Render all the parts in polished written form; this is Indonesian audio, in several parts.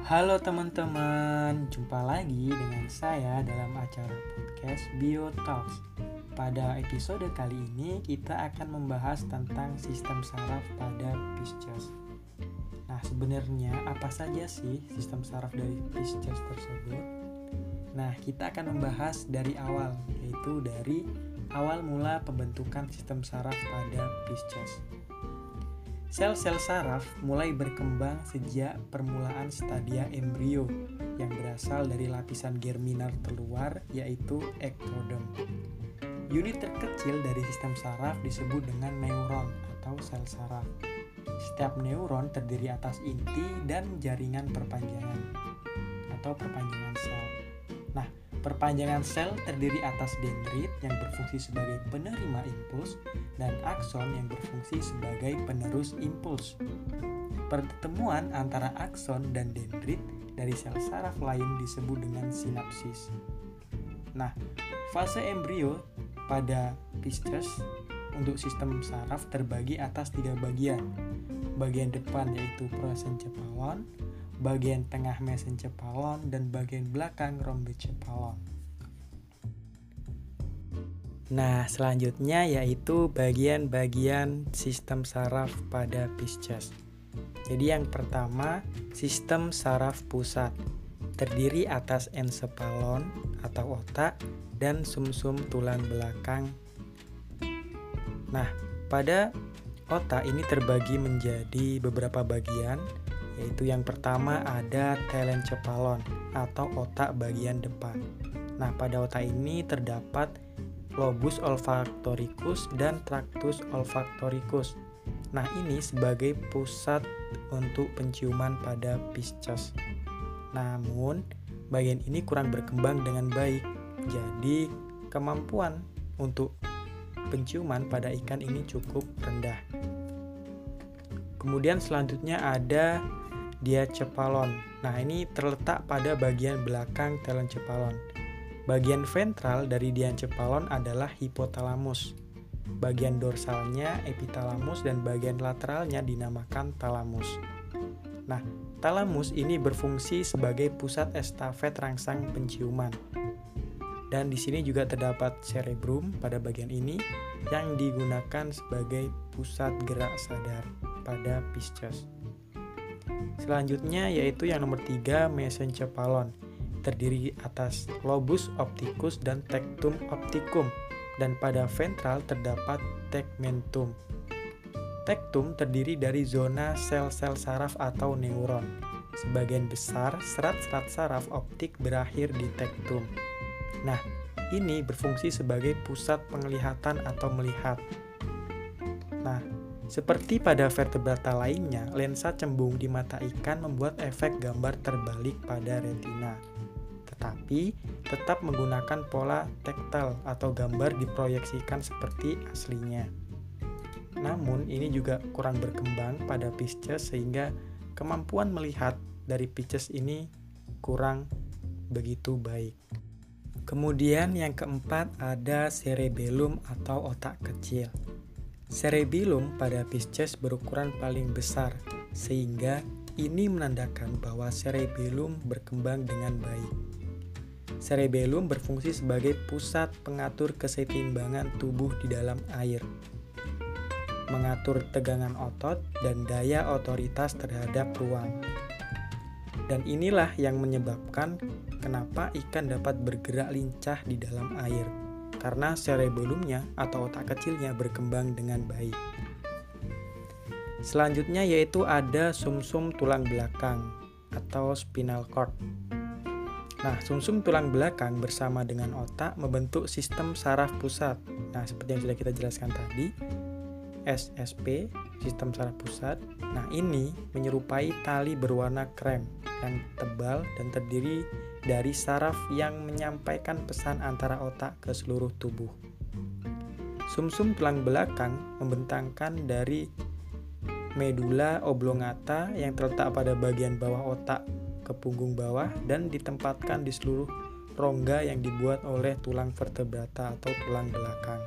Halo teman-teman, jumpa lagi dengan saya dalam acara podcast BioTalks. Pada episode kali ini kita akan membahas tentang sistem saraf pada Pisces. Nah, sebenarnya apa saja sih sistem saraf dari Pisces tersebut? Nah, kita akan membahas dari awal, yaitu dari awal mula pembentukan sistem saraf pada Pisces. Sel-sel saraf mulai berkembang sejak permulaan stadia embrio yang berasal dari lapisan germinal terluar, yaitu ektodem. Unit terkecil dari sistem saraf disebut dengan neuron atau sel saraf. Setiap neuron terdiri atas inti dan jaringan perpanjangan atau perpanjangan sel. Nah, perpanjangan sel terdiri atas dendrit yang berfungsi sebagai penerima impuls dan akson yang berfungsi sebagai penerus impuls. Pertemuan antara akson dan dendrit dari sel saraf lain disebut dengan sinapsis. Nah, fase embrio pada Pisces untuk sistem saraf terbagi atas 3 bagian. Bagian depan yaitu prosencephalon, bagian tengah mesencephalon, dan bagian belakang rhombocephalon. Nah, selanjutnya yaitu bagian-bagian sistem saraf pada Pisces. Jadi yang pertama, sistem saraf pusat. Terdiri atas ensephalon atau otak dan sumsum tulang belakang. Nah, pada otak ini terbagi menjadi beberapa bagian, yaitu yang pertama ada telencephalon atau otak bagian depan. Nah, pada otak ini terdapat lobus olfaktoricus dan tractus olfaktoricus. Nah, ini sebagai pusat untuk penciuman pada Pisces. Namun, bagian ini kurang berkembang dengan baik. Jadi, kemampuan untuk penciuman pada ikan ini cukup rendah. Kemudian selanjutnya ada diencephalon. Nah, ini terletak pada bagian belakang telencephalon. Bagian ventral dari diencephalon adalah hipotalamus. Bagian dorsalnya epitalamus dan bagian lateralnya dinamakan talamus. Nah, talamus ini berfungsi sebagai pusat estafet rangsang penciuman. Dan di sini juga terdapat cerebrum pada bagian ini yang digunakan sebagai pusat gerak sadar pada Pisces. Selanjutnya yaitu yang nomor 3, mesencephalon. Terdiri atas lobus opticus dan tectum opticum, dan pada ventral terdapat tegmentum. Tectum terdiri dari zona sel-sel saraf atau neuron. Sebagian besar serat-serat saraf optik berakhir di tectum. Nah, ini berfungsi sebagai pusat penglihatan atau melihat. Nah, seperti pada vertebrata lainnya, lensa cembung di mata ikan membuat efek gambar terbalik pada retina. Tetapi tetap menggunakan pola taktil atau gambar diproyeksikan seperti aslinya. Namun ini juga kurang berkembang pada Pisces sehingga kemampuan melihat dari Pisces ini kurang begitu baik. Kemudian yang keempat ada cerebellum atau otak kecil. Cerebellum pada Pisces berukuran paling besar sehingga ini menandakan bahwa cerebellum berkembang dengan baik. Cerebellum berfungsi sebagai pusat pengatur keseimbangan tubuh di dalam air, mengatur tegangan otot dan daya otoritas terhadap ruang. Dan inilah yang menyebabkan kenapa ikan dapat bergerak lincah di dalam air, karena cerebellumnya atau otak kecilnya berkembang dengan baik. Selanjutnya yaitu ada sumsum tulang belakang atau spinal cord. Nah, sumsum tulang belakang bersama dengan otak membentuk sistem saraf pusat. Nah, seperti yang sudah kita jelaskan tadi, SSP, sistem saraf pusat. Nah, ini menyerupai tali berwarna krem yang tebal dan terdiri dari saraf yang menyampaikan pesan antara otak ke seluruh tubuh. Sumsum tulang belakang membentangkan dari medula oblongata yang terletak pada bagian bawah otak ke punggung bawah dan ditempatkan di seluruh rongga yang dibuat oleh tulang vertebrata atau tulang belakang.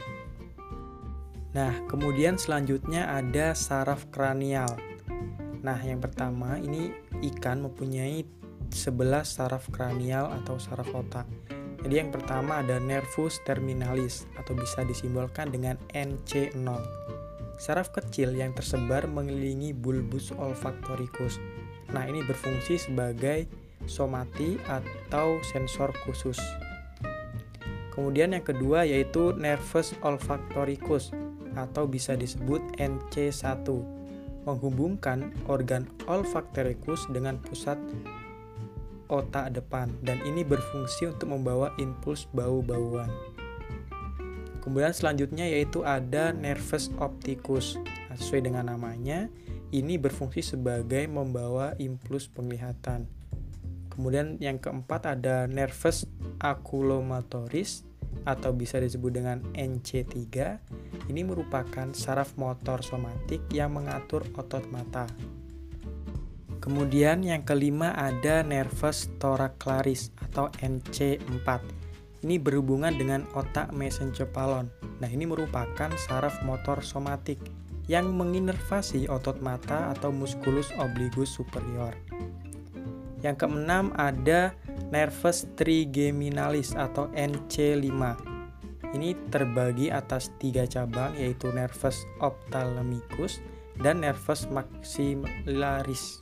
Nah, kemudian selanjutnya ada saraf kranial. Nah, yang pertama ini ikan mempunyai 11 saraf kranial atau saraf otak. Jadi yang pertama ada nervus terminalis atau bisa disimbolkan dengan NC0. Saraf kecil yang tersebar mengelilingi bulbus olfaktoricus. Nah, ini berfungsi sebagai somati atau sensor khusus. Kemudian yang kedua yaitu nervus olfaktoricus atau bisa disebut NC1, menghubungkan organ olfaktoricus dengan pusat otak depan, dan ini berfungsi untuk membawa impuls bau-bauan. Kemudian selanjutnya yaitu ada nervus opticus. Nah, sesuai dengan namanya, ini berfungsi sebagai membawa impuls penglihatan. Kemudian yang keempat ada nervus oculomotoris atau bisa disebut dengan NC3. Ini merupakan saraf motor somatik yang mengatur otot mata. Kemudian yang kelima ada nervus thoracalis atau NC4. Ini berhubungan dengan otak mesencephalon. Nah, ini merupakan saraf motor somatik yang menginervasi otot mata atau musculus obliquus superior. Yang keenam ada nervus trigeminalis atau NC5. Ini terbagi atas 3 cabang yaitu nervus ophthalmicus dan nervus maxillaris.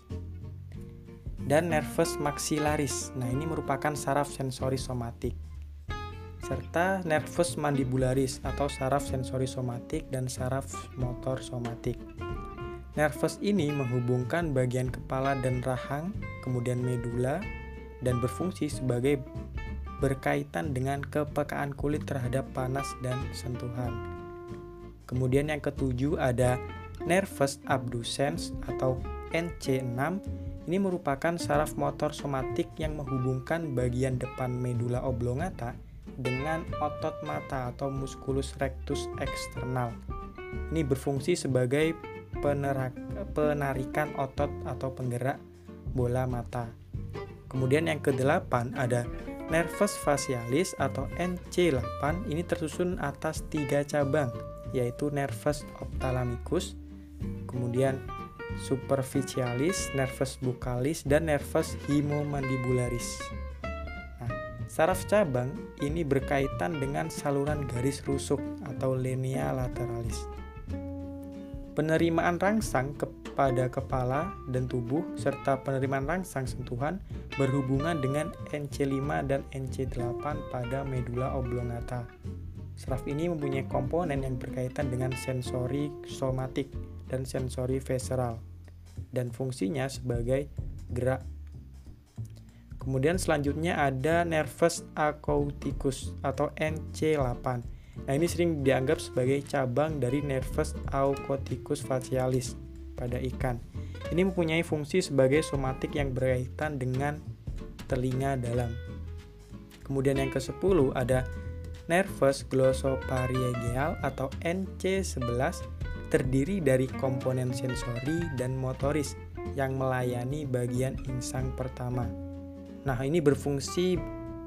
Nah, ini merupakan saraf sensori somatik. Serta nervus mandibularis atau saraf sensori somatik dan saraf motor somatik. Nervus ini menghubungkan bagian kepala dan rahang, kemudian medula, dan berfungsi sebagai berkaitan dengan kepekaan kulit terhadap panas dan sentuhan. Kemudian yang ketujuh ada nervus abducens atau NC6. Ini merupakan saraf motor somatik yang menghubungkan bagian depan medula oblongata dengan otot mata atau musculus rectus external. Ini berfungsi sebagai penarikan otot atau penggerak bola mata. Kemudian yang ke-8 ada nervus facialis atau NC8. Ini tersusun atas 3 cabang yaitu nervus ophthalmicus, kemudian superficialis, nervus buccalis, dan nervus hemomandibularis. Nah, saraf cabang ini berkaitan dengan saluran garis rusuk atau linea lateralis. Penerimaan rangsang kepada kepala dan tubuh serta penerimaan rangsang sentuhan berhubungan dengan NC5 dan NC8 pada medula oblongata. Saraf ini mempunyai komponen yang berkaitan dengan sensori somatik dan sensori visceral dan fungsinya sebagai gerak. Kemudian selanjutnya ada nervus acousticus atau NC8. Nah, ini sering dianggap sebagai cabang dari nervus acousticus facialis pada ikan. Ini mempunyai fungsi sebagai somatik yang berkaitan dengan telinga dalam. Kemudian yang ke-10 ada nervus glossopharyngeal atau NC11, terdiri dari komponen sensori dan motoris yang melayani bagian insang pertama. Nah, ini berfungsi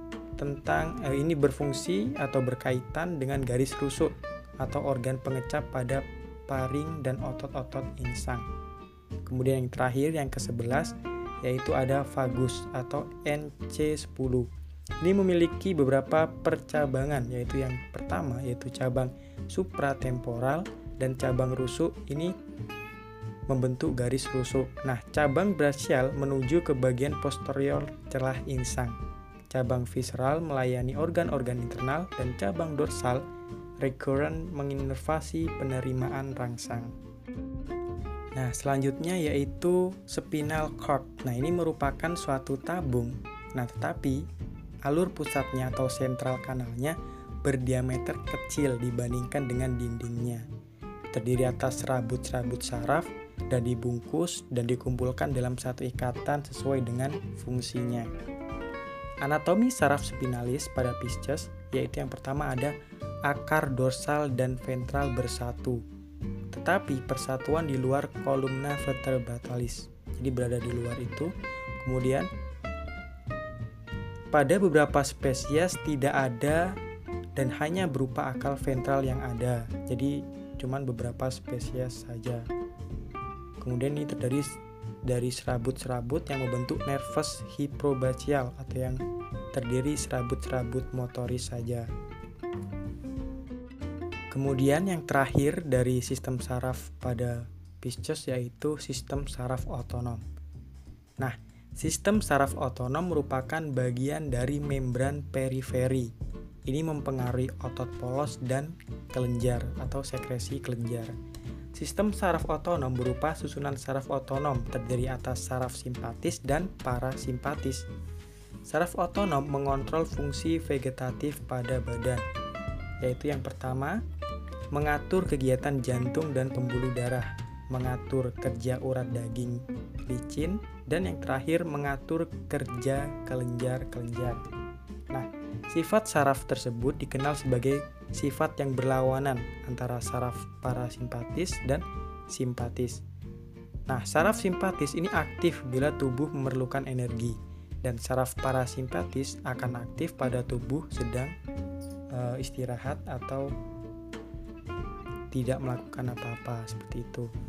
atau berkaitan dengan garis rusuk atau organ pengecap pada paring dan otot-otot insang. Kemudian yang terakhir yang ke-11 yaitu ada vagus atau NC10. Ini memiliki beberapa percabangan, yaitu yang pertama yaitu cabang supratemporal dan cabang rusuk ini membentuk garis rusuk. Nah, cabang brachial menuju ke bagian posterior celah insang. Cabang visceral melayani organ-organ internal dan cabang dorsal recurrent menginervasi penerimaan rangsang. Nah, selanjutnya yaitu spinal cord. Nah, ini merupakan suatu tabung. Nah, tetapi alur pusatnya atau sentral kanalnya berdiameter kecil dibandingkan dengan dindingnya. Terdiri atas serabut-serabut saraf dan dibungkus dan dikumpulkan dalam satu ikatan sesuai dengan fungsinya. Anatomi saraf spinalis pada Pisces yaitu yang pertama ada akar dorsal dan ventral bersatu, tetapi persatuan di luar kolumna vertebratalis. Jadi berada di luar itu. Kemudian pada beberapa spesies tidak ada dan hanya berupa akar ventral yang ada. Jadi cuman beberapa spesies saja. Kemudian ini dari serabut-serabut yang membentuk nervus hypobrachial atau yang terdiri serabut-serabut motoris saja. Kemudian yang terakhir dari sistem saraf pada Pisces yaitu sistem saraf otonom. Nah, sistem saraf otonom merupakan bagian dari membran periferi. Ini mempengaruhi otot polos dan kelenjar atau sekresi kelenjar. Sistem saraf otonom berupa susunan saraf otonom terdiri atas saraf simpatis dan parasimpatis. Saraf otonom mengontrol fungsi vegetatif pada badan, yaitu yang pertama, mengatur kegiatan jantung dan pembuluh darah, mengatur kerja urat daging licin, dan yang terakhir mengatur kerja kelenjar-kelenjar. Nah, sifat saraf tersebut dikenal sebagai sifat yang berlawanan antara saraf parasimpatis dan simpatis. Nah, saraf simpatis ini aktif bila tubuh memerlukan energi, dan saraf parasimpatis akan aktif pada tubuh sedang istirahat atau tidak melakukan apa-apa, seperti itu.